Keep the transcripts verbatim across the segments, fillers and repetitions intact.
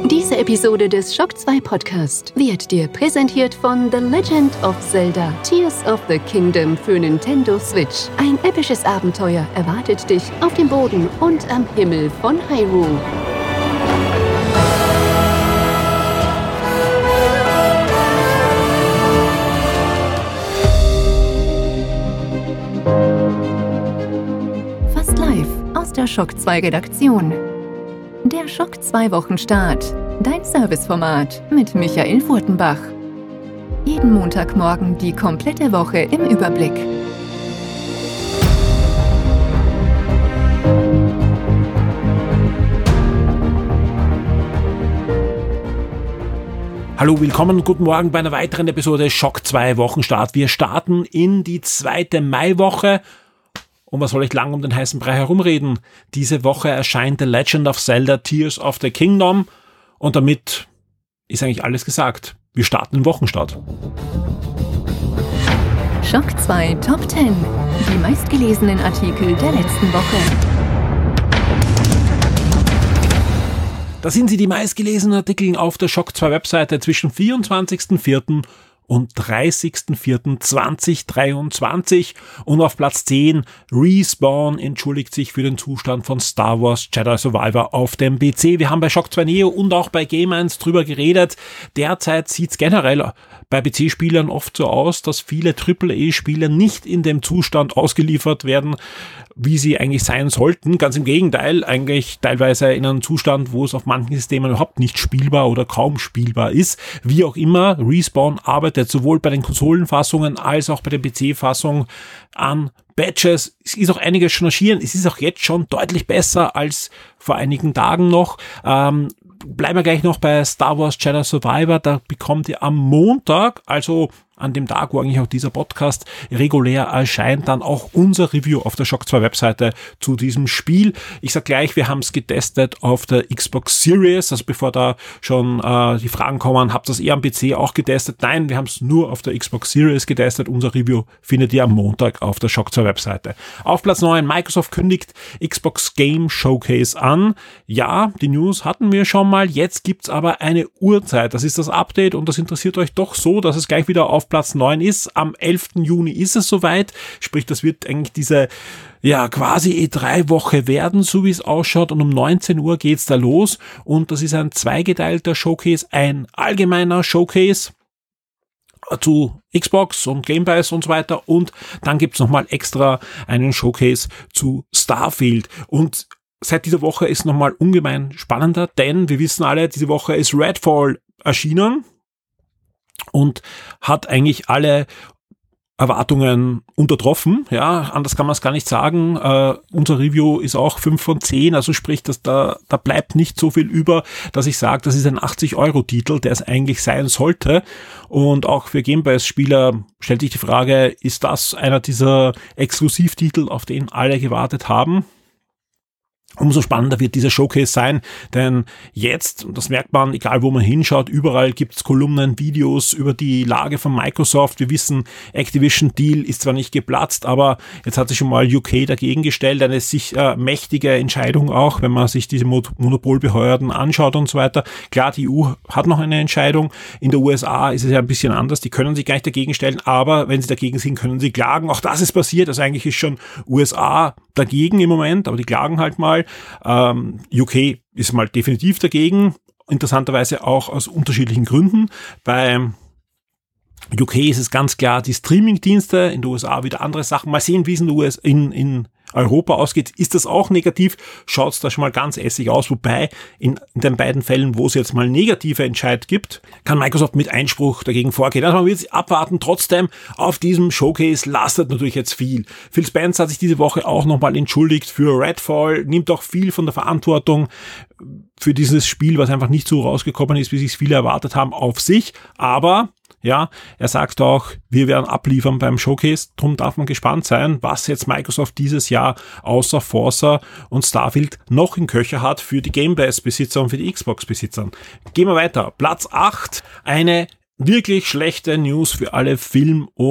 Diese Episode des Shock zwei Podcast wird dir präsentiert von The Legend of Zelda Tears of the Kingdom für Nintendo Switch. Ein episches Abenteuer erwartet dich auf dem Boden und am Himmel von Hyrule. Fast live aus der Shock zwei Redaktion. Der Shock zwei Wochenstart. Dein Serviceformat mit Michael Furtenbach. Jeden Montagmorgen die komplette Woche im Überblick. Hallo, willkommen und guten Morgen bei einer weiteren Episode Shock zwei Wochenstart. Wir starten in die zweite Maiwoche. Und was soll ich lang um den heißen Brei herumreden? Diese Woche erscheint The Legend of Zelda Tears of the Kingdom und damit ist eigentlich alles gesagt. Wir starten den Wochenstart. Shock zwei Top zehn. Die meistgelesenen Artikel der letzten Woche. Da sind sie, die meistgelesenen Artikel auf der Shock zwei Webseite zwischen vierundzwanzigsten vierten und dreißigsten vierten zweitausenddreiundzwanzig. Und auf Platz zehn, Respawn entschuldigt sich für den Zustand von Star Wars Jedi Survivor auf dem P C. Wir haben bei Shock zwei Neo und auch bei Game eins drüber geredet. Derzeit sieht's generell bei P C-Spielern oft so aus, dass viele Triple A-Spiele nicht in dem Zustand ausgeliefert werden, wie sie eigentlich sein sollten. Ganz im Gegenteil, eigentlich teilweise in einem Zustand, wo es auf manchen Systemen überhaupt nicht spielbar oder kaum spielbar ist. Wie auch immer, Respawn arbeitet sowohl bei den Konsolenfassungen als auch bei den P C-Fassungen an Patches. Es ist auch einiges schon erschienen. Es ist auch jetzt schon deutlich besser als vor einigen Tagen noch. Ähm, bleiben wir gleich noch bei Star Wars Jedi Survivor. Da bekommt ihr am Montag, also an dem Tag, wo eigentlich auch dieser Podcast regulär erscheint, dann auch unser Review auf der Shock zwei Webseite zu diesem Spiel. Ich sag gleich, wir haben es getestet auf der Xbox Series, also bevor da schon äh, die Fragen kommen, habt ihr das eher am P C auch getestet? Nein, wir haben es nur auf der Xbox Series getestet. Unser Review findet ihr am Montag auf der Shock zwei Webseite. Auf Platz neun, Microsoft kündigt Xbox Game Showcase an. Ja, die News hatten wir schon mal, jetzt gibt's aber eine Uhrzeit. Das ist das Update und das interessiert euch doch so, dass es gleich wieder auf Platz neun ist. Am elften Juni ist es soweit. Sprich, das wird eigentlich diese, ja, quasi E drei Woche werden, so wie es ausschaut. Und um neunzehn Uhr geht's da los. Und das ist ein zweigeteilter Showcase, ein allgemeiner Showcase zu Xbox und Game Pass und so weiter. Und dann gibt's nochmal extra einen Showcase zu Starfield. Und seit dieser Woche ist nochmal ungemein spannender, denn wir wissen alle, diese Woche ist Redfall erschienen und hat eigentlich alle Erwartungen untertroffen, ja, anders kann man es gar nicht sagen. Äh, unser Review ist auch fünf von zehn, also sprich, dass da da bleibt nicht so viel über, dass ich sage, das ist ein achtzig-Euro-Titel, der es eigentlich sein sollte. Und auch für Game Pass-Spieler stellt sich die Frage, ist das einer dieser Exklusivtitel, auf den alle gewartet haben? Umso spannender wird dieser Showcase sein, denn jetzt, und das merkt man, egal wo man hinschaut, überall gibt's Kolumnen, Videos über die Lage von Microsoft. Wir wissen, Activision-Deal ist zwar nicht geplatzt, aber jetzt hat sich schon mal U K dagegen gestellt, eine sich äh, mächtige Entscheidung auch, wenn man sich diese Monopolbehörden anschaut und so weiter. Klar, die E U hat noch eine Entscheidung, in der U S A ist es ja ein bisschen anders, die können sich gar nicht dagegen stellen, aber wenn sie dagegen sind, können sie klagen. Auch das ist passiert, also eigentlich ist schon U S A dagegen im Moment, aber die klagen halt mal. Ähm, U K ist mal definitiv dagegen, interessanterweise auch aus unterschiedlichen Gründen. Bei U K ist es ganz klar die Streaming-Dienste, in der U S A wieder andere Sachen. Mal sehen, wie es in, der U S, in, in Europa ausgeht. Ist das auch negativ? Schaut es da schon mal ganz essig aus. Wobei in, in den beiden Fällen, wo es jetzt mal negative Entscheid gibt, kann Microsoft mit Einspruch dagegen vorgehen. Also man wird es abwarten. Trotzdem, auf diesem Showcase lastet natürlich jetzt viel. Phil Spencer hat sich diese Woche auch nochmal entschuldigt für Redfall, nimmt auch viel von der Verantwortung für dieses Spiel, was einfach nicht so rausgekommen ist, wie sich viele erwartet haben, auf sich. Aber ja, er sagt auch, wir werden abliefern beim Showcase. Drum darf man gespannt sein, was jetzt Microsoft dieses Jahr außer Forza und Starfield noch in Köcher hat für die Game Pass-Besitzer und für die Xbox-Besitzer. Gehen wir weiter. Platz acht, eine wirklich schlechte News für alle Film- und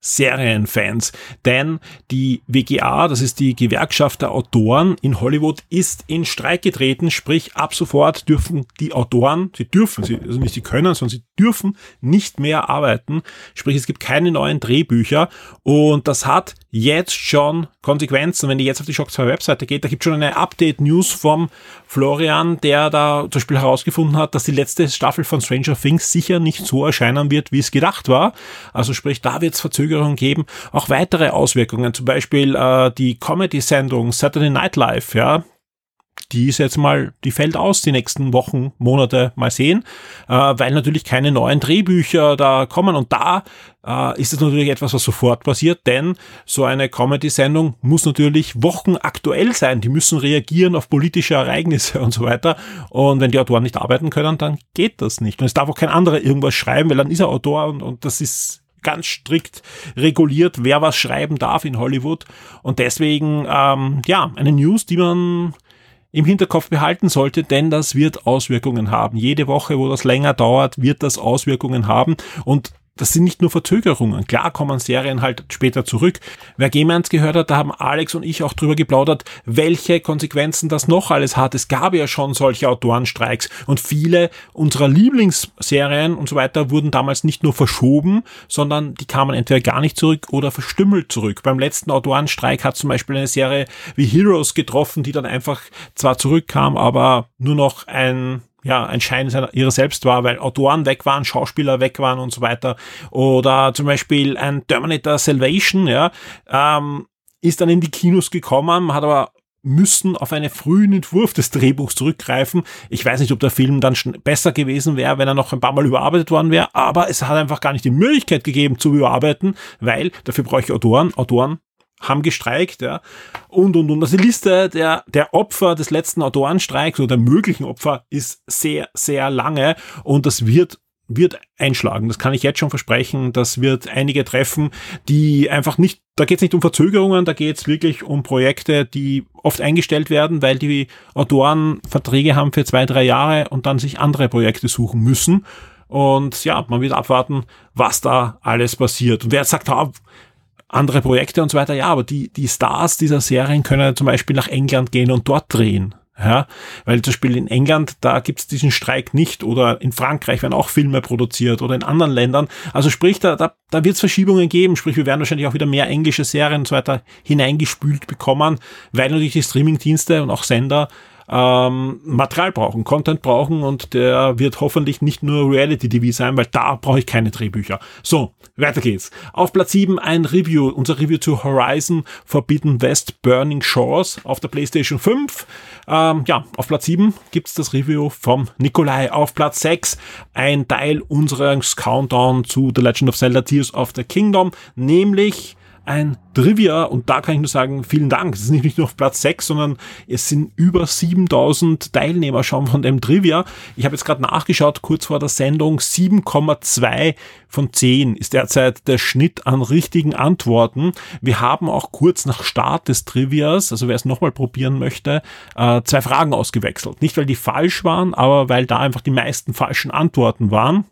Serienfans, denn die W G A, das ist die Gewerkschaft der Autoren in Hollywood, ist in Streik getreten, sprich ab sofort dürfen die Autoren, sie dürfen, sie, also nicht sie können, sondern sie dürfen nicht mehr arbeiten, sprich es gibt keine neuen Drehbücher und das hat jetzt schon Konsequenzen, wenn ihr jetzt auf die Shock zwei Webseite geht, da gibt es schon eine Update-News vom Florian, der da zum Beispiel herausgefunden hat, dass die letzte Staffel von Stranger Things sicher nicht so erscheinen wird, wie es gedacht war, also sprich, da wird es Verzögerungen geben, auch weitere Auswirkungen, zum Beispiel äh, die Comedy-Sendung Saturday Night Live, ja, die ist jetzt mal, die fällt aus die nächsten Wochen, Monate, mal sehen, äh, weil natürlich keine neuen Drehbücher da kommen und da äh, ist es natürlich etwas, was sofort passiert, denn so eine Comedy-Sendung muss natürlich wochenaktuell sein, die müssen reagieren auf politische Ereignisse und so weiter und wenn die Autoren nicht arbeiten können, dann geht das nicht und es darf auch kein anderer irgendwas schreiben, weil dann ist er Autor und, und das ist ganz strikt reguliert, wer was schreiben darf in Hollywood und deswegen, ähm, ja, eine News, die man im Hinterkopf behalten sollte, denn das wird Auswirkungen haben. Jede Woche, wo das länger dauert, wird das Auswirkungen haben und das sind nicht nur Verzögerungen. Klar kommen Serien halt später zurück. Wer Game eins gehört hat, da haben Alex und ich auch drüber geplaudert, welche Konsequenzen das noch alles hat. Es gab ja schon solche Autorenstreiks und viele unserer Lieblingsserien und so weiter wurden damals nicht nur verschoben, sondern die kamen entweder gar nicht zurück oder verstümmelt zurück. Beim letzten Autorenstreik hat zum Beispiel eine Serie wie Heroes getroffen, die dann einfach zwar zurückkam, aber nur noch ein ja, ein Schein ihrer selbst war, weil Autoren weg waren, Schauspieler weg waren und so weiter. Oder zum Beispiel ein Terminator Salvation, ja, ähm, ist dann in die Kinos gekommen, hat aber müssen auf einen frühen Entwurf des Drehbuchs zurückgreifen. Ich weiß nicht, ob der Film dann schon besser gewesen wäre, wenn er noch ein paar Mal überarbeitet worden wäre, aber es hat einfach gar nicht die Möglichkeit gegeben zu überarbeiten, weil dafür brauche ich Autoren, Autoren haben gestreikt, ja, und, und, und. Also die Liste der, der Opfer des letzten Autorenstreiks oder der möglichen Opfer ist sehr, sehr lange und das wird, wird einschlagen. Das kann ich jetzt schon versprechen. Das wird einige treffen, die einfach nicht, da geht es nicht um Verzögerungen, da geht es wirklich um Projekte, die oft eingestellt werden, weil die Autoren Verträge haben für zwei, drei Jahre und dann sich andere Projekte suchen müssen. Und ja, man wird abwarten, was da alles passiert. Und wer jetzt sagt, ah, andere Projekte und so weiter, ja, aber die, die Stars dieser Serien können zum Beispiel nach England gehen und dort drehen. Ja, weil zum Beispiel in England, da gibt's diesen Streik nicht oder in Frankreich werden auch Filme produziert oder in anderen Ländern. Also sprich, da, da, da wird's Verschiebungen geben. Sprich, wir werden wahrscheinlich auch wieder mehr englische Serien und so weiter hineingespült bekommen, weil natürlich die Streamingdienste und auch Sender ähm, Material brauchen, Content brauchen und der wird hoffentlich nicht nur Reality-T V sein, weil da brauche ich keine Drehbücher. So, weiter geht's. Auf Platz sieben ein Review, unser Review zu Horizon Forbidden West Burning Shores auf der PlayStation fünf. Ähm, ja, auf Platz sieben gibt's das Review vom Nikolai. Auf Platz sechs ein Teil unseres Countdown zu The Legend of Zelda Tears of the Kingdom, nämlich ein Trivia, und da kann ich nur sagen, vielen Dank. Es ist nicht nur auf Platz sechs, sondern es sind über siebentausend Teilnehmer schon von dem Trivia. Ich habe jetzt gerade nachgeschaut, kurz vor der Sendung, sieben Komma zwei von zehn ist derzeit der Schnitt an richtigen Antworten. Wir haben auch kurz nach Start des Trivias, also wer es nochmal probieren möchte, äh, zwei Fragen ausgewechselt. Nicht, weil die falsch waren, aber weil da einfach die meisten falschen Antworten waren.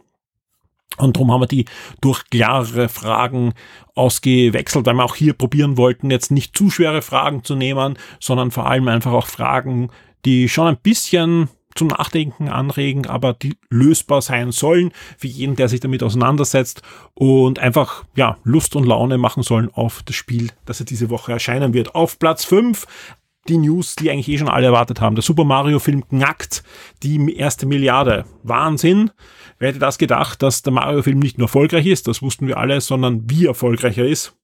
Und darum haben wir die durch klarere Fragen ausgewechselt, weil wir auch hier probieren wollten, jetzt nicht zu schwere Fragen zu nehmen, sondern vor allem einfach auch Fragen, die schon ein bisschen zum Nachdenken anregen, aber die lösbar sein sollen für jeden, der sich damit auseinandersetzt und einfach ja Lust und Laune machen sollen auf das Spiel, das ja diese Woche erscheinen wird. Auf Platz fünf die News, die eigentlich eh schon alle erwartet haben. Der Super Mario Film knackt die erste Milliarde. Wahnsinn! Wer hätte das gedacht, dass der Mario-Film nicht nur erfolgreich ist, das wussten wir alle, sondern wie erfolgreich er ist.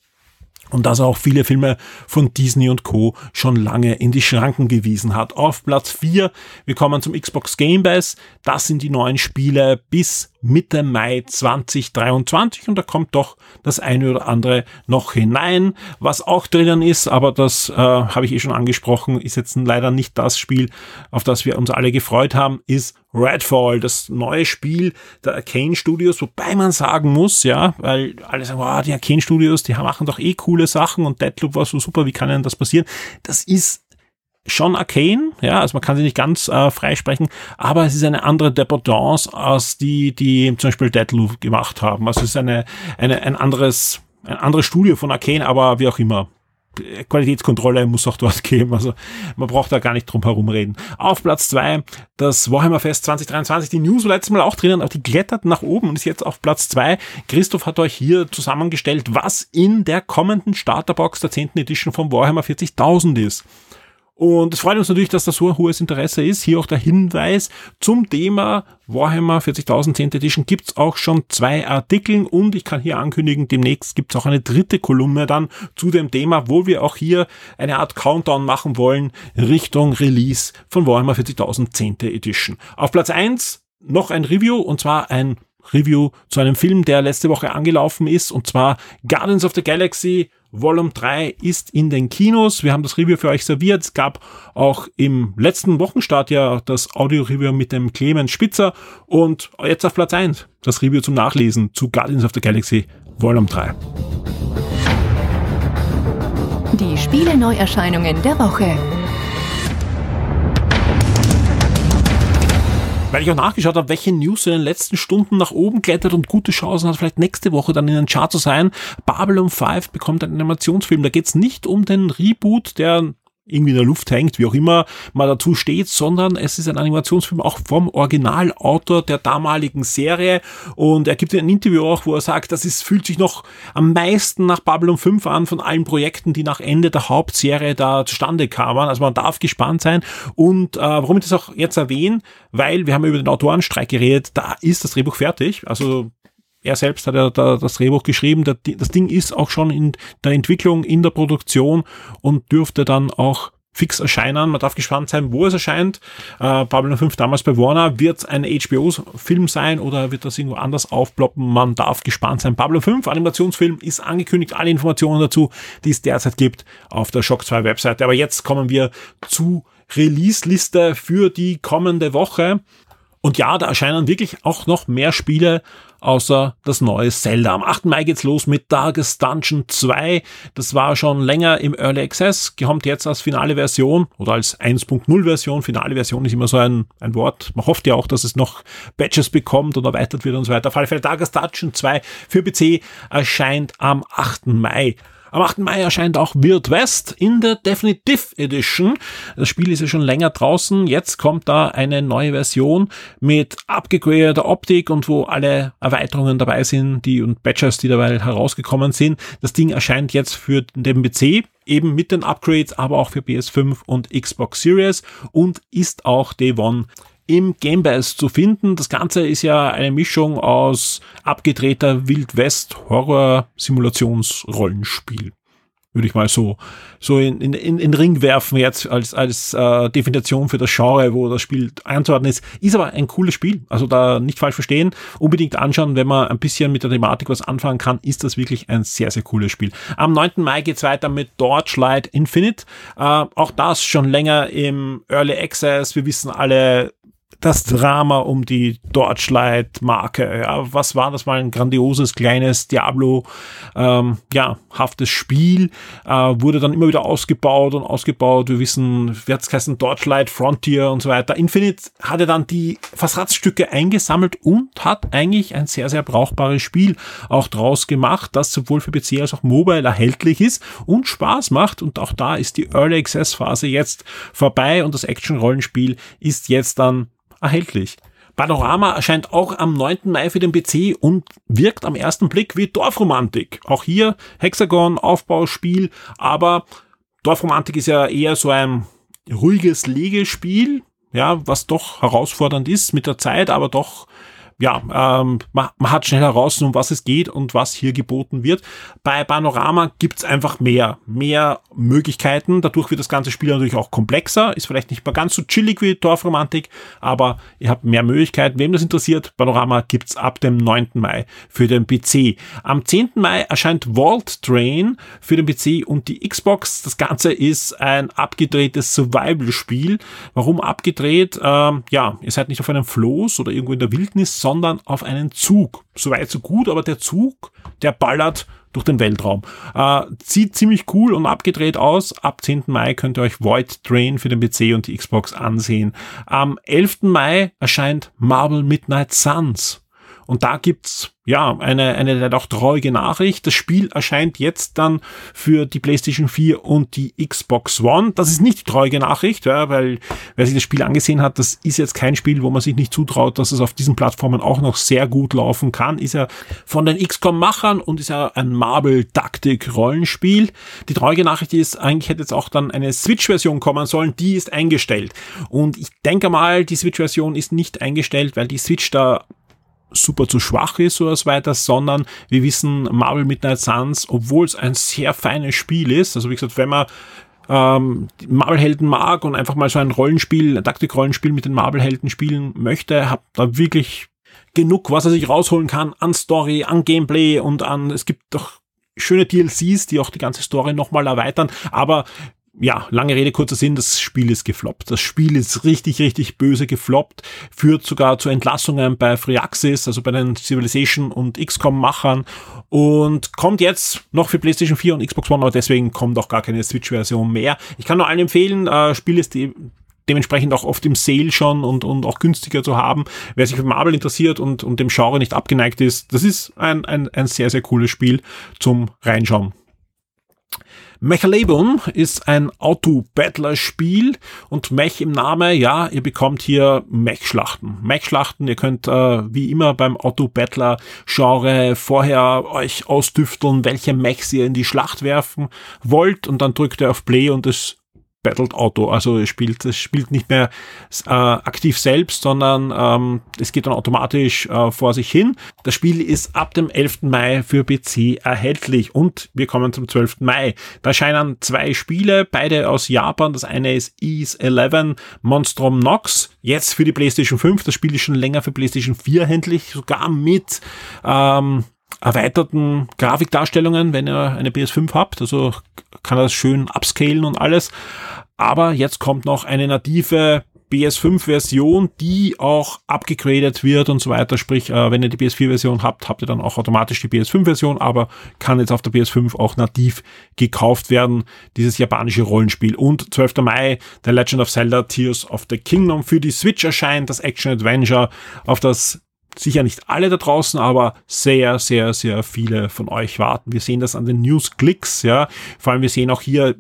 Und dass er auch viele Filme von Disney und Co. schon lange in die Schranken gewiesen hat. Auf Platz vier, wir kommen zum Xbox Game Pass. Das sind die neuen Spiele bis Mitte Mai zwanzig dreiundzwanzig und da kommt doch das eine oder andere noch hinein. Was auch drinnen ist, aber das äh, habe ich eh schon angesprochen, ist jetzt leider nicht das Spiel, auf das wir uns alle gefreut haben, ist Redfall, das neue Spiel der Arcane Studios, wobei man sagen muss, ja, weil alle sagen, wow, die Arcane Studios, die machen doch eh coole Sachen und Deathloop war so super, wie kann denn das passieren? Das ist schon Arcane, ja, also man kann sie nicht ganz äh, freisprechen, aber es ist eine andere Dependance als die, die zum Beispiel Deathloop gemacht haben. Also es ist eine, eine, ein anderes, ein anderes Studio von Arcane, aber wie auch immer. Qualitätskontrolle muss auch dort geben, also man braucht da gar nicht drum herum reden. Auf Platz zwei das Warhammer Fest zwanzig dreiundzwanzig, die News war letztes Mal auch drinnen, aber die klettert nach oben und ist jetzt auf Platz zwei. Christoph hat euch hier zusammengestellt, was in der kommenden Starterbox der zehnten Edition von Warhammer vierzigtausend ist. Und es freut uns natürlich, dass das so ein hohes Interesse ist. Hier auch der Hinweis zum Thema Warhammer vierzigtausend zehnte Edition gibt's auch schon zwei Artikel und ich kann hier ankündigen, demnächst gibt's auch eine dritte Kolumne dann zu dem Thema, wo wir auch hier eine Art Countdown machen wollen Richtung Release von Warhammer vierzigtausend zehnte Edition. Auf Platz eins noch ein Review und zwar ein Review zu einem Film, der letzte Woche angelaufen ist und zwar Guardians of the Galaxy Volume drei ist in den Kinos. Wir haben das Review für euch serviert. Es gab auch im letzten Wochenstart ja das Audio-Review mit dem Clemens Spitzer und jetzt auf Platz eins das Review zum Nachlesen zu Guardians of the Galaxy Volume drei. Die Spiele-Neuerscheinungen der Woche. Weil ich auch nachgeschaut habe, welche News in den letzten Stunden nach oben klettert und gute Chancen hat, vielleicht nächste Woche dann in den Chart zu sein. Babylon fünf bekommt einen Animationsfilm. Da geht es nicht um den Reboot, der irgendwie in der Luft hängt, wie auch immer mal dazu steht, sondern es ist ein Animationsfilm auch vom Originalautor der damaligen Serie und er gibt in einem Interview auch, wo er sagt, das ist, fühlt sich noch am meisten nach Babylon fünf an von allen Projekten, die nach Ende der Hauptserie da zustande kamen. Also man darf gespannt sein und äh, warum ich das auch jetzt erwähne, weil wir haben über den Autorenstreik geredet, da ist das Drehbuch fertig, also er selbst hat ja da das Drehbuch geschrieben. Das Ding ist auch schon in der Entwicklung, in der Produktion und dürfte dann auch fix erscheinen. Man darf gespannt sein, wo es erscheint. Äh, Babylon fünf damals bei Warner. Wird es ein H B O-Film sein oder wird das irgendwo anders aufploppen? Man darf gespannt sein. Babylon fünf, Animationsfilm, ist angekündigt. Alle Informationen dazu, die es derzeit gibt, auf der Shock zwei Webseite. Aber jetzt kommen wir zu Release-Liste für die kommende Woche. Und ja, da erscheinen wirklich auch noch mehr Spiele außer das neue Zelda. Am achten Mai geht's los mit Darkest Dungeon zwei. Das war schon länger im Early Access, kommt jetzt als finale Version oder als eins Punkt null Version. Finale Version ist immer so ein, ein Wort. Man hofft ja auch, dass es noch Patches bekommt und erweitert wird und so weiter. Auf alle Fälle Darkest Dungeon zwei für P C erscheint am achten Mai. Am achten Mai erscheint auch Weird West in der Definitive Edition. Das Spiel ist ja schon länger draußen. Jetzt kommt da eine neue Version mit abgegradeter Optik und wo alle Erweiterungen dabei sind, die und Patches, die dabei herausgekommen sind. Das Ding erscheint jetzt für den P C, eben mit den Upgrades, aber auch für P S fünf und Xbox Series und ist auch Day One im Game Pass zu finden. Das Ganze ist ja eine Mischung aus abgedrehter Wild-West-Horror-Simulationsrollenspiel. Würde ich mal so so in in in den Ring werfen jetzt als als äh, Definition für das Genre, wo das Spiel einzuordnen ist. Ist aber ein cooles Spiel. Also da nicht falsch verstehen. Unbedingt anschauen, wenn man ein bisschen mit der Thematik was anfangen kann, ist das wirklich ein sehr, sehr cooles Spiel. Am neunten Mai geht's weiter mit Torchlight Infinite. Äh, auch das schon länger im Early Access. Wir wissen alle, das Drama um die Torchlight-Marke. Ja, was war das mal? Ein grandioses, kleines Diablo, ähm, ja, haftes Spiel. Äh, wurde dann immer wieder ausgebaut und ausgebaut. Wir wissen, wie hat es geheißen? Torchlight, Frontier und so weiter. Infinite hatte dann die Versatzstücke eingesammelt und hat eigentlich ein sehr, sehr brauchbares Spiel auch draus gemacht, das sowohl für P C als auch Mobile erhältlich ist und Spaß macht. Und auch da ist die Early Access Phase jetzt vorbei und das Action-Rollenspiel ist jetzt dann erhältlich. Panorama erscheint auch am neunten Mai für den P C und wirkt am ersten Blick wie Dorfromantik. Auch hier Hexagon, Aufbauspiel, aber Dorfromantik ist ja eher so ein ruhiges Legespiel, ja, was doch herausfordernd ist mit der Zeit, aber doch ja, ähm, man, man hat schnell heraus, um was es geht und was hier geboten wird. Bei Panorama gibt's einfach mehr, mehr Möglichkeiten. Dadurch wird das ganze Spiel natürlich auch komplexer, ist vielleicht nicht mehr ganz so chillig wie Dorfromantik, aber ihr habt mehr Möglichkeiten. Wem das interessiert, Panorama gibt's ab dem neunten Mai für den P C. Am zehnten Mai erscheint Vault Train für den P C und die Xbox. Das Ganze ist ein abgedrehtes Survival-Spiel. Warum abgedreht? Ähm, ja, ihr seid nicht auf einem Floß oder irgendwo in der Wildnis, sondern auf einen Zug. Soweit so gut, aber der Zug, der ballert durch den Weltraum. Äh, sieht ziemlich cool und abgedreht aus. Ab zehnten Mai könnt ihr euch Void Train für den P C und die Xbox ansehen. Am elften Mai erscheint Marvel Midnight Suns. Und da gibt's ja eine eine leider auch traurige Nachricht. Das Spiel erscheint jetzt dann für die PlayStation vier und die Xbox One. Das ist nicht die traurige Nachricht, ja, weil wer sich das Spiel angesehen hat, das ist jetzt kein Spiel, wo man sich nicht zutraut, dass es auf diesen Plattformen auch noch sehr gut laufen kann. Ist ja von den X COM-Machern und ist ja ein Marvel-Taktik-Rollenspiel. Die traurige Nachricht ist, eigentlich hätte jetzt auch dann eine Switch-Version kommen sollen, die ist eingestellt. Und ich denke mal, die Switch-Version ist nicht eingestellt, weil die Switch da super zu schwach ist oder so weiter, sondern wir wissen, Marvel Midnight Suns, obwohl es ein sehr feines Spiel ist, also wie gesagt, wenn man ähm, Marvel-Helden mag und einfach mal so ein Rollenspiel, ein Taktik-Rollenspiel mit den Marvel-Helden spielen möchte, hat da wirklich genug, was er sich rausholen kann an Story, an Gameplay und an, es gibt doch schöne D L Cs, die auch die ganze Story nochmal erweitern, aber ja, lange Rede, kurzer Sinn, das Spiel ist gefloppt. Das Spiel ist richtig, richtig böse gefloppt, führt sogar zu Entlassungen bei Firaxis, also bei den Civilization und X COM-Machern und kommt jetzt noch für PlayStation vier und Xbox One, aber deswegen kommt auch gar keine Switch-Version mehr. Ich kann nur allen empfehlen, äh, Spiel ist die dementsprechend auch oft im Sale schon und und auch günstiger zu haben. Wer sich für Marvel interessiert und und dem Genre nicht abgeneigt ist, das ist ein ein ein sehr, sehr cooles Spiel zum Reinschauen. Mechalabum ist ein Auto-Battler-Spiel und Mech im Name, ja, ihr bekommt hier Mech-Schlachten. Mech-Schlachten, ihr könnt äh, wie immer beim Auto-Battler-Genre vorher euch ausdüfteln, welche Mechs ihr in die Schlacht werfen wollt und dann drückt ihr auf Play und es battelt Auto, also es spielt, es spielt nicht mehr äh, aktiv selbst, sondern ähm, es geht dann automatisch äh, vor sich hin. Das Spiel ist ab dem elften Mai für P C erhältlich und wir kommen zum zwölften Mai. Da erscheinen zwei Spiele, beide aus Japan. Das eine ist Ys elf Monstrum Nox, jetzt für die PlayStation fünf. Das Spiel ist schon länger für PlayStation vier erhältlich, sogar mit ähm, erweiterten Grafikdarstellungen, wenn ihr eine P S fünf habt, also kann das schön upscalen und alles. Aber jetzt kommt noch eine native P S fünf Version, die auch abgegradet wird und so weiter. Sprich, äh, wenn ihr die P S vier Version habt, habt ihr dann auch automatisch die P S fünf Version, aber kann jetzt auf der P S fünf auch nativ gekauft werden, dieses japanische Rollenspiel. Und zwölfter Mai, The Legend of Zelda Tears of the Kingdom für die Switch erscheint, das Action-Adventure, auf das sicher nicht alle da draußen, aber sehr, sehr, sehr viele von euch warten. Wir sehen das an den News-Klicks, ja. Vor allem wir sehen auch hier,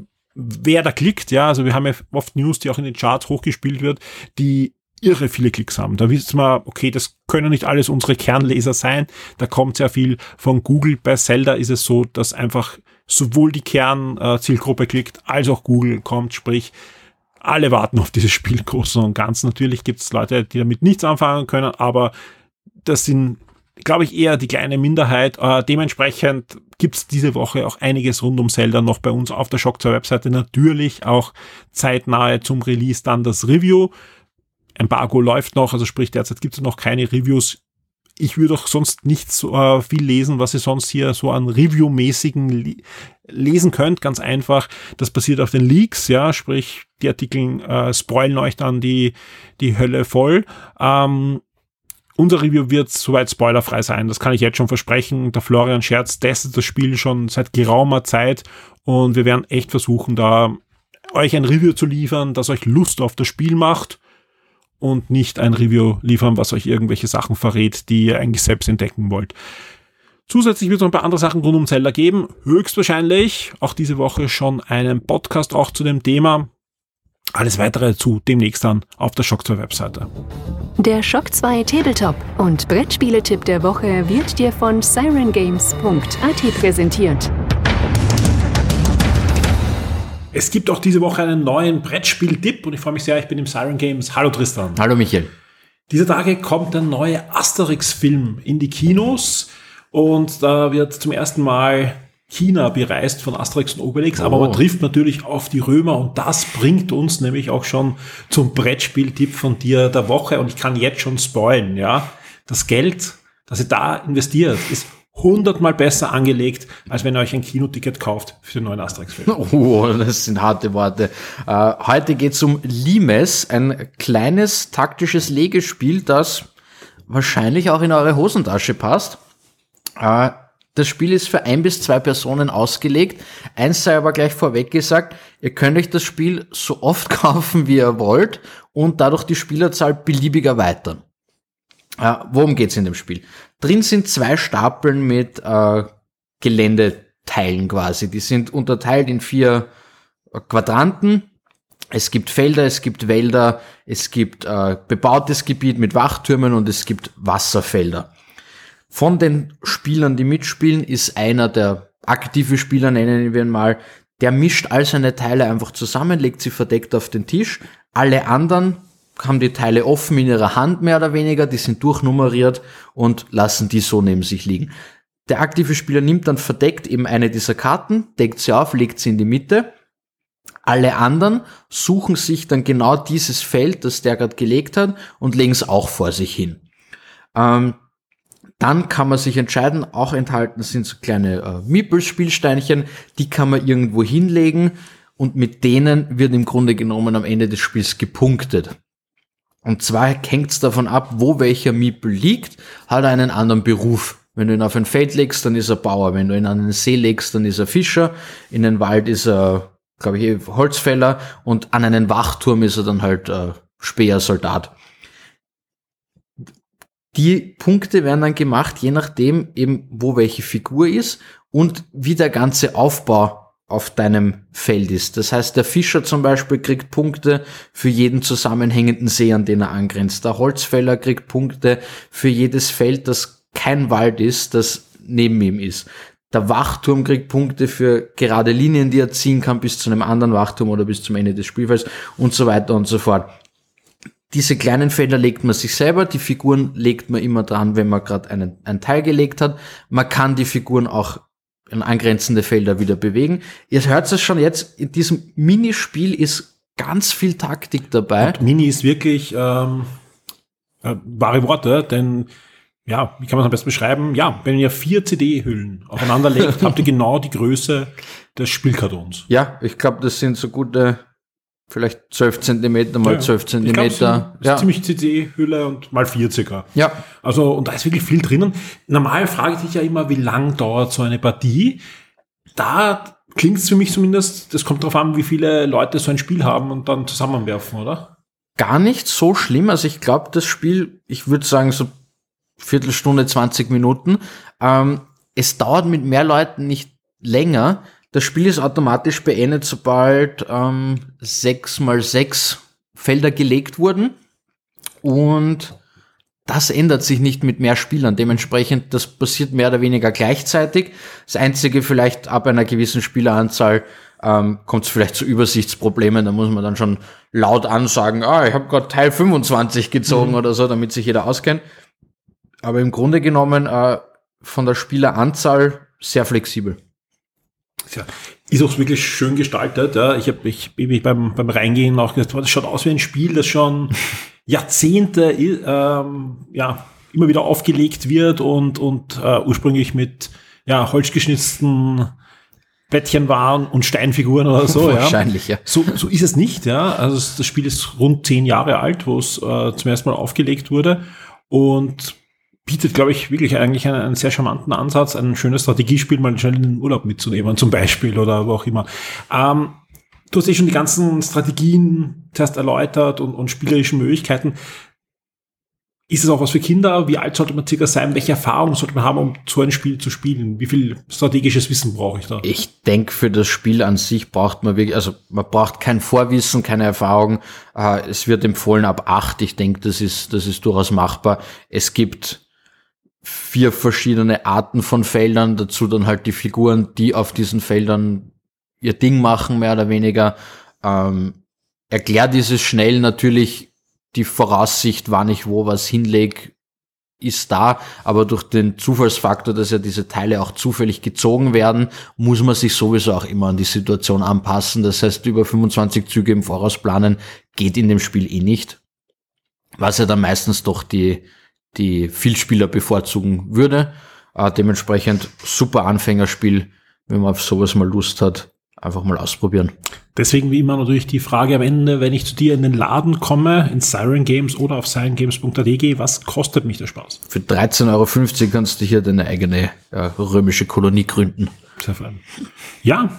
wer da klickt, ja. Also wir haben ja oft News, die auch in den Charts hochgespielt wird, die irre viele Klicks haben. Da wissen wir, okay, das können nicht alles unsere Kernleser sein. Da kommt sehr viel von Google. Bei Zelda ist es so, dass einfach sowohl die Kernzielgruppe klickt, als auch Google kommt, sprich, alle warten auf dieses Spiel, Großen und Ganzen. Natürlich gibt es Leute, die damit nichts anfangen können, aber das sind, glaube ich, eher die kleine Minderheit. Äh, dementsprechend gibt es diese Woche auch einiges rund um Zelda noch bei uns auf der Shock zwei Webseite. Natürlich auch zeitnahe zum Release dann das Review. Embargo läuft noch, also sprich derzeit gibt es noch keine Reviews. Ich würde auch sonst nicht so äh, viel lesen, was ihr sonst hier so an Review-mäßigen li- lesen könnt. Ganz einfach, das basiert auf den Leaks, ja, sprich die Artikel äh, spoilen euch dann die die Hölle voll. Ähm, unser Review wird soweit spoilerfrei sein, das kann ich jetzt schon versprechen. Der Florian Scherz testet das Spiel schon seit geraumer Zeit und wir werden echt versuchen, da euch ein Review zu liefern, das euch Lust auf das Spiel macht. Und nicht ein Review liefern, was euch irgendwelche Sachen verrät, die ihr eigentlich selbst entdecken wollt. Zusätzlich wird es noch ein paar andere Sachen rund um Zelda geben. Höchstwahrscheinlich auch diese Woche schon einen Podcast auch zu dem Thema. Alles weitere zu demnächst dann auf der Shock zwei Webseite. Der Shock zwei Tabletop und Brettspieletipp der Woche wird dir von siren games punkt a t präsentiert. Es gibt auch diese Woche einen neuen Brettspiel-Tipp und ich freue mich sehr, ich bin im Siren Games. Hallo Tristan. Hallo Michael. Dieser Tage kommt der neue Asterix-Film in die Kinos und da wird zum ersten Mal China bereist von Asterix und Obelix, oh. aber man trifft natürlich auf die Römer und das bringt uns nämlich auch schon zum Brettspiel-Tipp von dir der Woche und ich kann jetzt schon spoilen, ja. Das Geld, das ihr da investiert, ist hundertmal besser angelegt, als wenn ihr euch ein Kinoticket kauft für den neuen Asterix-Film. Oh, das sind harte Worte. Äh, heute geht's um Limes, ein kleines taktisches Legespiel, das wahrscheinlich auch in eure Hosentasche passt. Äh, das Spiel ist für ein bis zwei Personen ausgelegt. Eins sei aber gleich vorweg gesagt, ihr könnt euch das Spiel so oft kaufen, wie ihr wollt und dadurch die Spielerzahl beliebig erweitern. Äh, worum geht's in dem Spiel? Drin sind zwei Stapeln mit äh, Geländeteilen quasi. Die sind unterteilt in vier äh, Quadranten. Es gibt Felder, es gibt Wälder, es gibt äh, bebautes Gebiet mit Wachtürmen und es gibt Wasserfelder. Von den Spielern, die mitspielen, ist einer der aktive Spieler, nennen wir ihn mal, der mischt all seine Teile einfach zusammen, legt sie verdeckt auf den Tisch. Alle anderen haben die Teile offen in ihrer Hand, mehr oder weniger, die sind durchnummeriert und lassen die so neben sich liegen. Der aktive Spieler nimmt dann verdeckt eben eine dieser Karten, deckt sie auf, legt sie in die Mitte. Alle anderen suchen sich dann genau dieses Feld, das der gerade gelegt hat, und legen es auch vor sich hin. Ähm, dann kann man sich entscheiden, auch enthalten sind so kleine äh, Meeple-Spielsteinchen, die kann man irgendwo hinlegen und mit denen wird im Grunde genommen am Ende des Spiels gepunktet. Und zwar hängt es davon ab, wo welcher Meeple liegt, hat er einen anderen Beruf. Wenn du ihn auf ein Feld legst, dann ist er Bauer. Wenn du ihn an einen See legst, dann ist er Fischer. In den Wald ist er, glaube ich, Holzfäller. Und an einen Wachturm ist er dann halt äh, Speersoldat. Die Punkte werden dann gemacht, je nachdem eben, wo welche Figur ist und wie der ganze Aufbau auf deinem Feld ist. Das heißt, der Fischer zum Beispiel kriegt Punkte für jeden zusammenhängenden See, an den er angrenzt. Der Holzfäller kriegt Punkte für jedes Feld, das kein Wald ist, das neben ihm ist. Der Wachturm kriegt Punkte für gerade Linien, die er ziehen kann, bis zu einem anderen Wachturm oder bis zum Ende des Spielfelds und so weiter und so fort. Diese kleinen Felder legt man sich selber, die Figuren legt man immer dran, wenn man gerade einen, einen Teil gelegt hat. Man kann die Figuren auch in angrenzende Felder wieder bewegen. Ihr hört es schon jetzt, in diesem Minispiel ist ganz viel Taktik dabei. Und Mini ist wirklich ähm, äh, wahre Worte, denn ja, wie kann man es am besten beschreiben? Ja, wenn ihr vier C D-Hüllen aufeinander legt, habt ihr genau die Größe des Spielkartons. Ja, ich glaube, das sind so gute, vielleicht zwölf Zentimeter mal ja, zwölf Zentimeter. Ich glaub, so ja. Ziemlich C D-Hülle und mal vier circa. Ja. Also, und da ist wirklich viel drinnen. Normal frage ich dich ja immer, wie lang dauert so eine Partie? Da klingt es für mich zumindest, das kommt darauf an, wie viele Leute so ein Spiel haben und dann zusammenwerfen, oder? Gar nicht so schlimm. Also ich glaube, das Spiel, ich würde sagen so Viertelstunde, zwanzig Minuten. Ähm, es dauert mit mehr Leuten nicht länger. Das Spiel ist automatisch beendet, sobald ähm, sechs mal sechs Felder gelegt wurden. Und das ändert sich nicht mit mehr Spielern. Dementsprechend, das passiert mehr oder weniger gleichzeitig. Das Einzige vielleicht ab einer gewissen Spieleranzahl ähm, kommt es vielleicht zu Übersichtsproblemen. Da muss man dann schon laut ansagen, ah, ich habe gerade Teil fünfundzwanzig gezogen mhm. oder so, damit sich jeder auskennt. Aber im Grunde genommen äh, von der Spieleranzahl sehr flexibel. Ja, ist auch wirklich schön gestaltet. Ja. Ich habe ich, ich beim, beim Reingehen auch gedacht, das schaut aus wie ein Spiel, das schon Jahrzehnte ähm, ja, immer wieder aufgelegt wird und, und äh, ursprünglich mit ja, holzgeschnitzten Plättchen waren und Steinfiguren oder so. Wahrscheinlich, ja. ja. So, so ist es nicht. Ja. Also das Spiel ist rund zehn Jahre alt, wo es äh, zum ersten Mal aufgelegt wurde und bietet, glaube ich, wirklich eigentlich einen, einen sehr charmanten Ansatz, ein schönes Strategiespiel mal schnell in den Urlaub mitzunehmen, zum Beispiel, oder wo auch immer. Ähm, du hast eh schon die ganzen Strategien zuerst erläutert und, und spielerischen Möglichkeiten. Ist es auch was für Kinder? Wie alt sollte man circa sein? Welche Erfahrung sollte man haben, um so ein Spiel zu spielen? Wie viel strategisches Wissen brauche ich da? Ich denke, für das Spiel an sich braucht man wirklich, also man braucht kein Vorwissen, keine Erfahrung. Äh, es wird empfohlen ab acht. Ich denke, das ist, das ist durchaus machbar. Es gibt vier verschiedene Arten von Feldern, dazu dann halt die Figuren, die auf diesen Feldern ihr Ding machen, mehr oder weniger. Ähm, erklärt dieses schnell natürlich die Voraussicht, wann ich wo was hinlege, ist da, aber durch den Zufallsfaktor, dass ja diese Teile auch zufällig gezogen werden, muss man sich sowieso auch immer an die Situation anpassen. Das heißt, über fünfundzwanzig Züge im Voraus planen geht in dem Spiel eh nicht, was ja dann meistens doch die die Vielspieler bevorzugen würde. Äh, dementsprechend super Anfängerspiel, wenn man auf sowas mal Lust hat, einfach mal ausprobieren. Deswegen wie immer natürlich die Frage am Ende, wenn ich zu dir in den Laden komme, in Siren Games oder auf siren games punkt a t gehe, was kostet mich der Spaß? Für dreizehn Euro fünfzig kannst du hier deine eigene ja, römische Kolonie gründen. Sehr fein. Ja,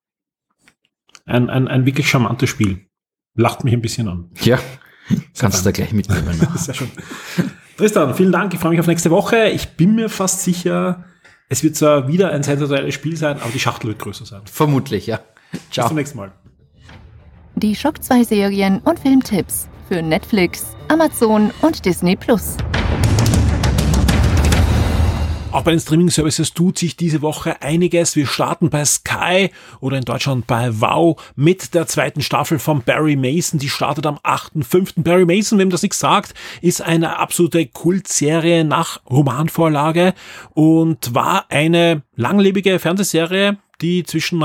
ein, ein, ein wirklich charmantes Spiel. Lacht mich ein bisschen an. Ja, kannst du da gleich mitnehmen. Sehr schön. Tristan, vielen Dank. Ich freue mich auf nächste Woche. Ich bin mir fast sicher, es wird zwar wieder ein sensationelles Spiel sein, aber die Schachtel wird größer sein. Vermutlich, ja. Ciao. Bis zum nächsten Mal. Die Schock zwei Serien und Filmtipps für Netflix, Amazon und Disney Plus. Auch bei den Streaming-Services tut sich diese Woche einiges. Wir starten bei Sky oder in Deutschland bei Wow mit der zweiten Staffel von Barry Mason. Die startet am achten fünften Barry Mason, wem das nichts sagt, ist eine absolute Kultserie nach Romanvorlage und war eine langlebige Fernsehserie, die zwischen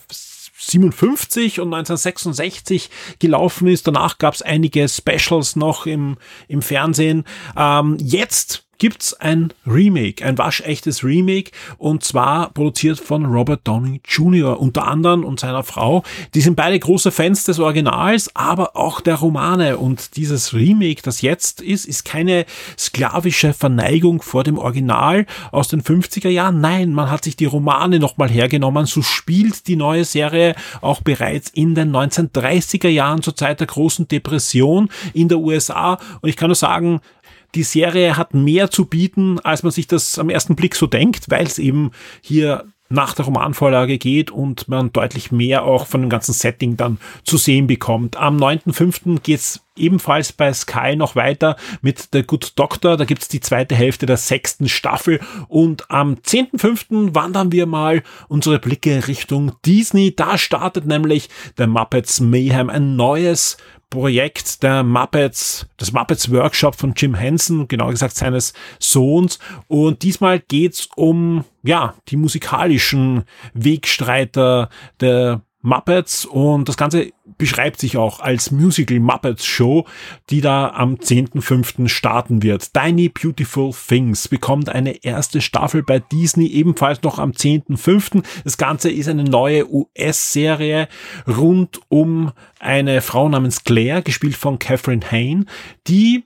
neunzehnhundertsiebenundfünfzig und neunzehnhundertsechsundsechzig gelaufen ist. Danach gab es einige Specials noch im, im Fernsehen. Ähm, jetzt gibt's ein Remake, ein waschechtes Remake, und zwar produziert von Robert Downey Junior unter anderem und seiner Frau. Die sind beide große Fans des Originals, aber auch der Romane, und dieses Remake, das jetzt ist, ist keine sklavische Verneigung vor dem Original aus den fünfziger Jahren. Nein, man hat sich die Romane nochmal hergenommen. So spielt die neue Serie auch bereits in den neunzehnhundertdreißiger Jahren zur Zeit der großen Depression in der U S A, und ich kann nur sagen, die Serie hat mehr zu bieten, als man sich das am ersten Blick so denkt, weil es eben hier nach der Romanvorlage geht und man deutlich mehr auch von dem ganzen Setting dann zu sehen bekommt. Am neunten fünften geht's ebenfalls bei Sky noch weiter mit The Good Doctor. Da gibt's die zweite Hälfte der sechsten Staffel, und am zehnten fünften wandern wir mal unsere Blicke Richtung Disney. Da startet nämlich der Muppets Mayhem, ein neues Projekt der Muppets, das Muppets Workshop von Jim Henson, genauer gesagt seines Sohns. Und diesmal geht's um, ja, die musikalischen Wegstreiter der Muppets, und das Ganze beschreibt sich auch als Musical Muppets Show, die da am zehnten fünften starten wird. Tiny Beautiful Things bekommt eine erste Staffel bei Disney, ebenfalls noch am zehnten fünften Das Ganze ist eine neue U S-Serie rund um eine Frau namens Claire, gespielt von Catherine Hayne, die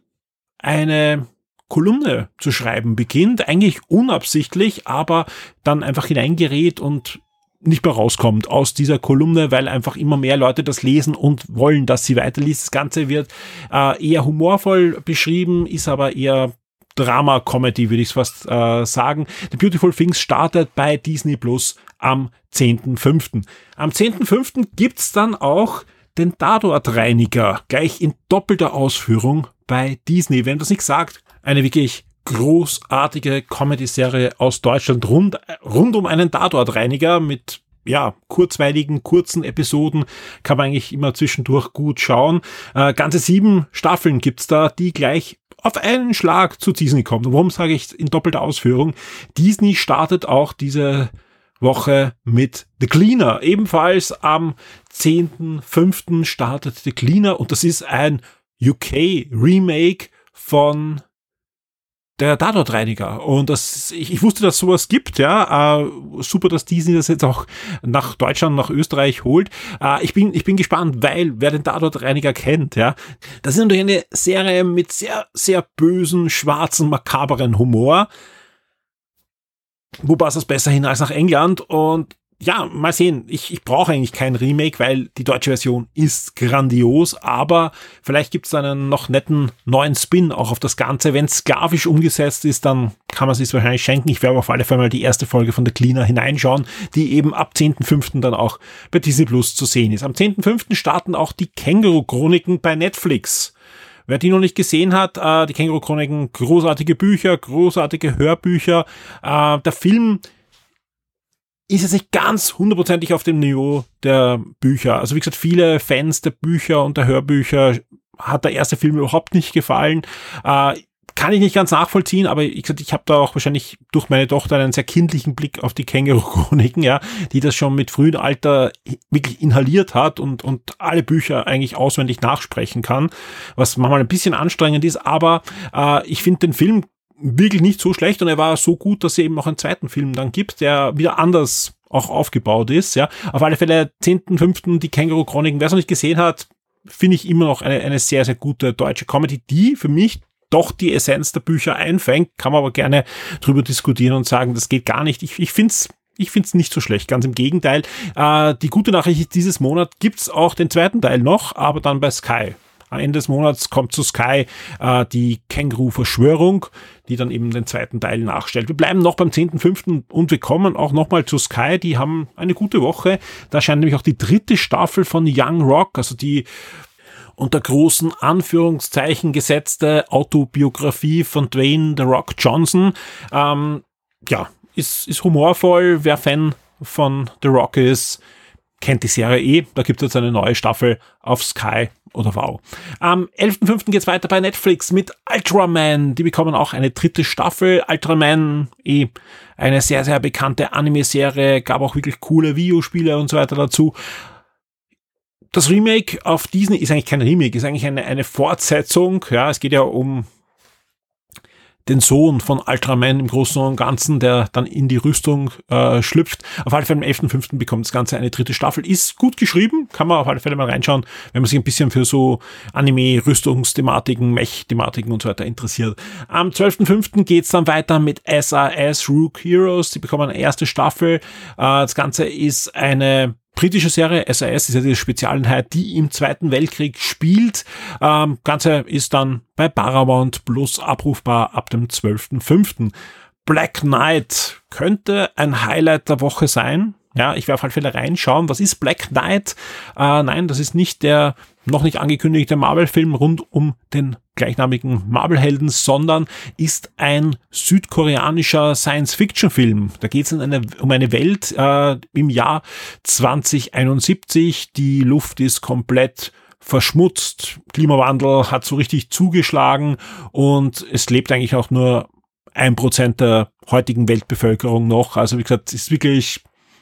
eine Kolumne zu schreiben beginnt, eigentlich unabsichtlich, aber dann einfach hineingerät und nicht mehr rauskommt aus dieser Kolumne, weil einfach immer mehr Leute das lesen und wollen, dass sie weiterliest. Das Ganze wird äh, eher humorvoll beschrieben, ist aber eher Drama-Comedy, würde ich fast äh, sagen. The Beautiful Things startet bei Disney Plus am zehnten fünften Am zehnten fünften gibt's dann auch den Tatortreiniger, gleich in doppelter Ausführung bei Disney. Wenn das nicht sagt, eine wirklich großartige Comedy-Serie aus Deutschland rund, rund um einen Tatortreiniger mit, ja, kurzweiligen, kurzen Episoden, kann man eigentlich immer zwischendurch gut schauen. Äh, ganze sieben Staffeln gibt's da, die gleich auf einen Schlag zu Disney kommen. Und warum sage ich in doppelter Ausführung? Disney startet auch diese Woche mit The Cleaner. Ebenfalls am zehnten fünften startet The Cleaner, und das ist ein U K-Remake von der Tatortreiniger. Und das, ich, ich wusste, dass sowas gibt, ja. Äh, super, dass Disney das jetzt auch nach Deutschland, nach Österreich holt. Äh, ich bin, ich bin gespannt, weil wer den Tatortreiniger kennt, ja. Das ist natürlich eine Serie mit sehr, sehr bösen, schwarzen, makaberen Humor. Wo passt das besser hin als nach England? Und ja, mal sehen. Ich, ich brauche eigentlich kein Remake, weil die deutsche Version ist grandios, aber vielleicht gibt es einen noch netten neuen Spin auch auf das Ganze. Wenn es sklavisch umgesetzt ist, dann kann man es sich wahrscheinlich schenken. Ich werde auf alle Fälle mal die erste Folge von The Cleaner hineinschauen, die eben ab zehnten fünften dann auch bei Disney Plus zu sehen ist. Am zehnten fünften starten auch die Känguru-Chroniken bei Netflix. Wer die noch nicht gesehen hat, äh, die Känguru-Chroniken, großartige Bücher, großartige Hörbücher. Äh, der Film ist jetzt nicht ganz hundertprozentig auf dem Niveau der Bücher. Also wie gesagt, viele Fans der Bücher und der Hörbücher hat der erste Film überhaupt nicht gefallen. Äh, kann ich nicht ganz nachvollziehen, aber ich, ich habe da auch wahrscheinlich durch meine Tochter einen sehr kindlichen Blick auf die Känguru-Chroniken, ja, die das schon mit frühem Alter wirklich inhaliert hat und, und alle Bücher eigentlich auswendig nachsprechen kann, was manchmal ein bisschen anstrengend ist, aber äh, ich finde den Film wirklich nicht so schlecht, und er war so gut, dass es eben auch einen zweiten Film dann gibt, der wieder anders auch aufgebaut ist, ja. Auf alle Fälle zehnten fünften die Känguru-Chroniken. Wer es noch nicht gesehen hat, finde ich immer noch eine, eine sehr, sehr gute deutsche Comedy, die für mich doch die Essenz der Bücher einfängt. Kann man aber gerne drüber diskutieren und sagen, das geht gar nicht. Ich, ich finde es Ich finde es nicht so schlecht, ganz im Gegenteil. Äh, die gute Nachricht ist, dieses Monat gibt's auch den zweiten Teil noch, aber dann bei Sky. am Ende des Monats kommt zu Sky äh, die Känguru-Verschwörung, die dann eben den zweiten Teil nachstellt. Wir bleiben noch beim zehnten fünften und wir kommen auch nochmal zu Sky. Die haben eine gute Woche. Da erscheint nämlich auch die dritte Staffel von Young Rock, also die unter großen Anführungszeichen gesetzte Autobiografie von Dwayne The Rock Johnson. Ähm, ja, ist, ist humorvoll. Wer Fan von The Rock ist, kennt die Serie eh. Da gibt es jetzt eine neue Staffel auf Sky oder Wow. Am elften fünften geht's weiter bei Netflix mit Ultraman. Die bekommen auch eine dritte Staffel. Ultraman, eh eine sehr, sehr bekannte Anime-Serie. Gab auch wirklich coole Videospiele und so weiter dazu. Das Remake auf Disney ist eigentlich kein Remake, ist eigentlich eine, eine Fortsetzung. Ja, es geht ja um den Sohn von Ultraman im Großen und Ganzen, der dann in die Rüstung äh, schlüpft. Auf alle Fälle am elften fünften bekommt das Ganze eine dritte Staffel. Ist gut geschrieben, kann man auf alle Fälle mal reinschauen, wenn man sich ein bisschen für so Anime-Rüstungsthematiken, Mech-Thematiken und so weiter interessiert. Am zwölften fünften geht's dann weiter mit S R S Rogue Heroes. Die bekommen eine erste Staffel. Äh, das Ganze ist eine britische Serie. S R S ist ja die Spezialeinheit, die im Zweiten Weltkrieg spielt. Ähm, Ganze ist dann bei Paramount Plus abrufbar ab dem zwölften fünften. Black Knight könnte ein Highlight der Woche sein. Ja, ich werde auf alle Fälle reinschauen. Was ist Black Knight? Äh, nein, das ist nicht der noch nicht angekündigte Marvel-Film rund um den gleichnamigen Marvel-Helden, sondern ist ein südkoreanischer Science-Fiction-Film. Da geht es um eine, um eine Welt äh, im Jahr zwanzig einundsiebzig. Die Luft ist komplett verschmutzt. Klimawandel hat so richtig zugeschlagen und es lebt eigentlich auch nur ein Prozent der heutigen Weltbevölkerung noch. Also wie gesagt, es ist wirklich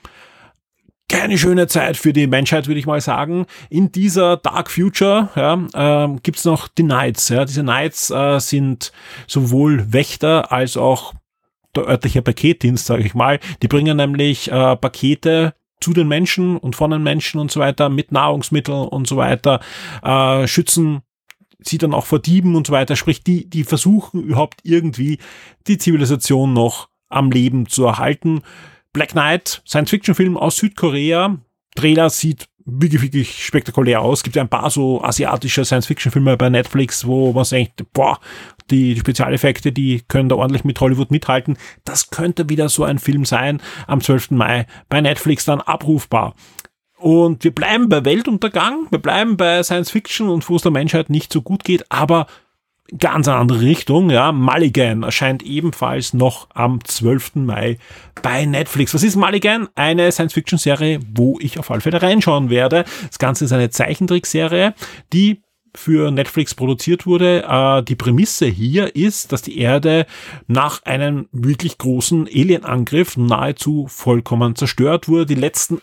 keine schöne Zeit für die Menschheit, würde ich mal sagen. In dieser Dark Future ja, äh, gibt's noch die Knights. Ja. Diese Knights äh, sind sowohl Wächter als auch der örtliche Paketdienst, sage ich mal. Die bringen nämlich äh, Pakete zu den Menschen und von den Menschen und so weiter mit Nahrungsmitteln und so weiter, äh, schützen sie dann auch vor Dieben und so weiter. Sprich, die, die versuchen überhaupt irgendwie die Zivilisation noch am Leben zu erhalten. Black Knight, Science-Fiction-Film aus Südkorea. Trailer sieht wirklich, wirklich spektakulär aus. Es gibt ja ein paar so asiatische Science-Fiction-Filme bei Netflix, wo man denkt, boah, die Spezialeffekte, die können da ordentlich mit Hollywood mithalten. Das könnte wieder so ein Film sein. Am zwölften Mai bei Netflix dann abrufbar. Und wir bleiben bei Weltuntergang, wir bleiben bei Science-Fiction und wo es der Menschheit nicht so gut geht, aber ganz eine andere Richtung, ja. Mulligan erscheint ebenfalls noch am zwölften Mai bei Netflix. Was ist Mulligan? Eine Science-Fiction-Serie, wo ich auf alle Fälle reinschauen werde. Das Ganze ist eine Zeichentrickserie, die für Netflix produziert wurde. Äh, die Prämisse hier ist, dass die Erde nach einem wirklich großen Alienangriff nahezu vollkommen zerstört wurde. Die letzten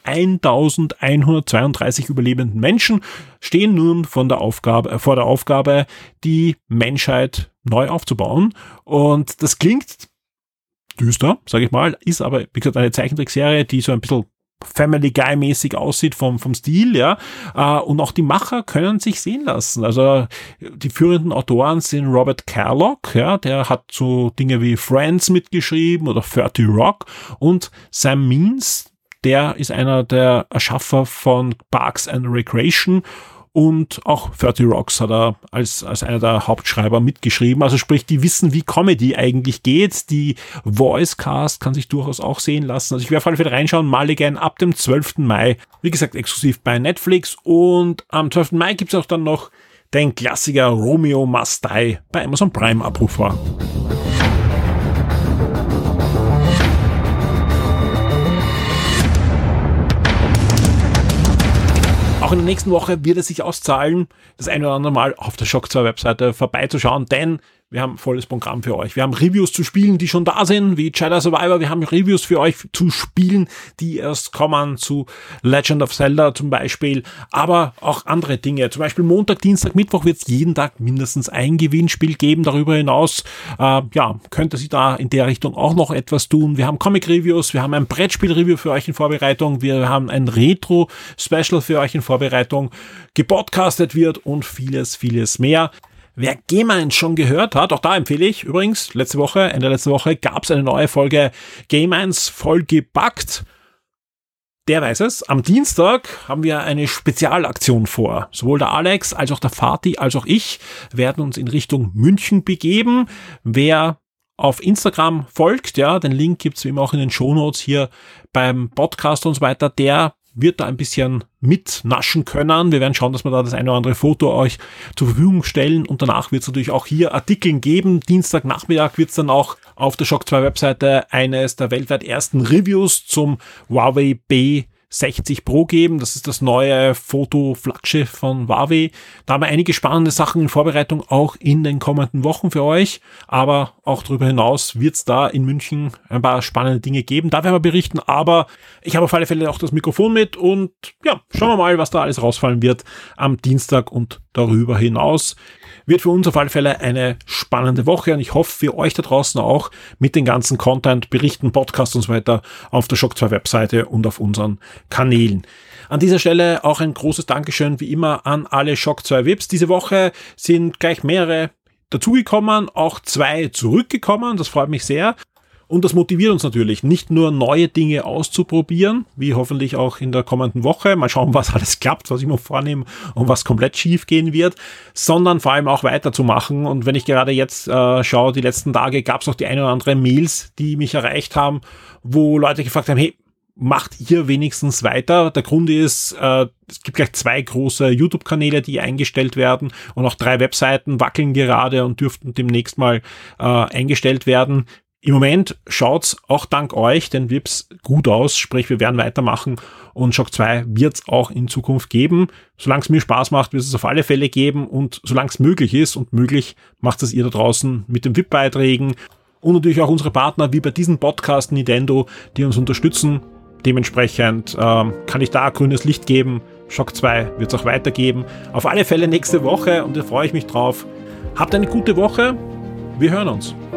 eintausendeinhundertzweiunddreißig überlebenden Menschen stehen nun von der Aufgabe, äh, vor der Aufgabe, die Menschheit neu aufzubauen. Und das klingt düster, sage ich mal, ist aber, wie gesagt, eine Zeichentrickserie, die so ein bisschen Family Guy mäßig aussieht vom vom Stil, ja, und auch die Macher können sich sehen lassen. Also die führenden Autoren sind Robert Carlock, ja, der hat so Dinge wie Friends mitgeschrieben oder thirty Rock, und Sam Means, der ist einer der Erschaffer von Parks and Recreation. Und auch thirty Rocks hat er als, als einer der Hauptschreiber mitgeschrieben. Also sprich, die wissen, wie Comedy eigentlich geht. Die Voice Cast kann sich durchaus auch sehen lassen. Also ich werde auf alle Fälle reinschauen. Mulligan ab dem zwölften Mai. Wie gesagt, exklusiv bei Netflix. Und am zwölften Mai gibt es auch dann noch den Klassiker Romeo Must Die bei Amazon Prime abrufbar. Auch in der nächsten Woche wird es sich auszahlen, das eine oder andere Mal auf der Shock zwei Webseite vorbeizuschauen, denn wir haben volles Programm für euch. Wir haben Reviews zu Spielen, die schon da sind, wie Jedi Survivor. Wir haben Reviews für euch zu Spielen, die erst kommen, zu Legend of Zelda zum Beispiel, aber auch andere Dinge. Zum Beispiel Montag, Dienstag, Mittwoch wird es jeden Tag mindestens ein Gewinnspiel geben. Darüber hinaus, äh, ja, könnte sich da in der Richtung auch noch etwas tun. Wir haben Comic-Reviews, wir haben ein Brettspiel-Review für euch in Vorbereitung, wir haben ein Retro-Special für euch in Vorbereitung, gepodcastet wird und vieles, vieles mehr. Wer Game eins schon gehört hat, auch da empfehle ich übrigens, letzte Woche, Ende letzte Woche gab es eine neue Folge Game eins voll gebackt. Der weiß es. Am Dienstag haben wir eine Spezialaktion vor. Sowohl der Alex als auch der Fatih als auch ich werden uns in Richtung München begeben. Wer auf Instagram folgt, ja, den Link gibt's wie immer auch in den Shownotes hier beim Podcast und so weiter, der wird da ein bisschen mitnaschen können. Wir werden schauen, dass wir da das eine oder andere Foto euch zur Verfügung stellen und danach wird es natürlich auch hier Artikeln geben. Dienstagnachmittag wird es dann auch auf der Shock zwei Webseite eines der weltweit ersten Reviews zum Huawei B sechzig Pro geben. Das ist das neue Foto-Flaggschiff von Huawei. Da haben wir einige spannende Sachen in Vorbereitung auch in den kommenden Wochen für euch. Aber auch darüber hinaus wird es da in München ein paar spannende Dinge geben. Da werden wir berichten. Aber ich habe auf alle Fälle auch das Mikrofon mit und ja, schauen wir mal, was da alles rausfallen wird am Dienstag und darüber hinaus. Wird für uns auf alle Fälle eine spannende Woche und ich hoffe für euch da draußen auch mit den ganzen Content, Berichten, Podcasts und so weiter auf der Shock zwei Webseite und auf unseren Kanälen. An dieser Stelle auch ein großes Dankeschön wie immer an alle Shock zwei Vips. Diese Woche sind gleich mehrere dazugekommen, auch zwei zurückgekommen, das freut mich sehr. Und das motiviert uns natürlich, nicht nur neue Dinge auszuprobieren, wie hoffentlich auch in der kommenden Woche, mal schauen, was alles klappt, was ich mir vornehme und was komplett schief gehen wird, sondern vor allem auch weiterzumachen. Und wenn ich gerade jetzt äh, schaue, die letzten Tage gab es auch die ein oder andere Mails, die mich erreicht haben, wo Leute gefragt haben, hey, macht ihr wenigstens weiter? Der Grund ist, äh, es gibt gleich zwei große YouTube-Kanäle, die eingestellt werden und auch drei Webseiten wackeln gerade und dürften demnächst mal äh, eingestellt werden. Im Moment schaut's auch dank euch, den Vips, gut aus, sprich wir werden weitermachen und Shock zwei wird's auch in Zukunft geben. Solange es mir Spaß macht, wird es auf alle Fälle geben und solange es möglich ist und möglich macht es ihr da draußen mit den V I P-Beiträgen und natürlich auch unsere Partner wie bei diesem Podcast Nintendo, die uns unterstützen. Dementsprechend ähm, kann ich da grünes Licht geben. Shock zwei wird's auch weitergeben. Auf alle Fälle nächste Woche und da freue ich mich drauf. Habt eine gute Woche. Wir hören uns.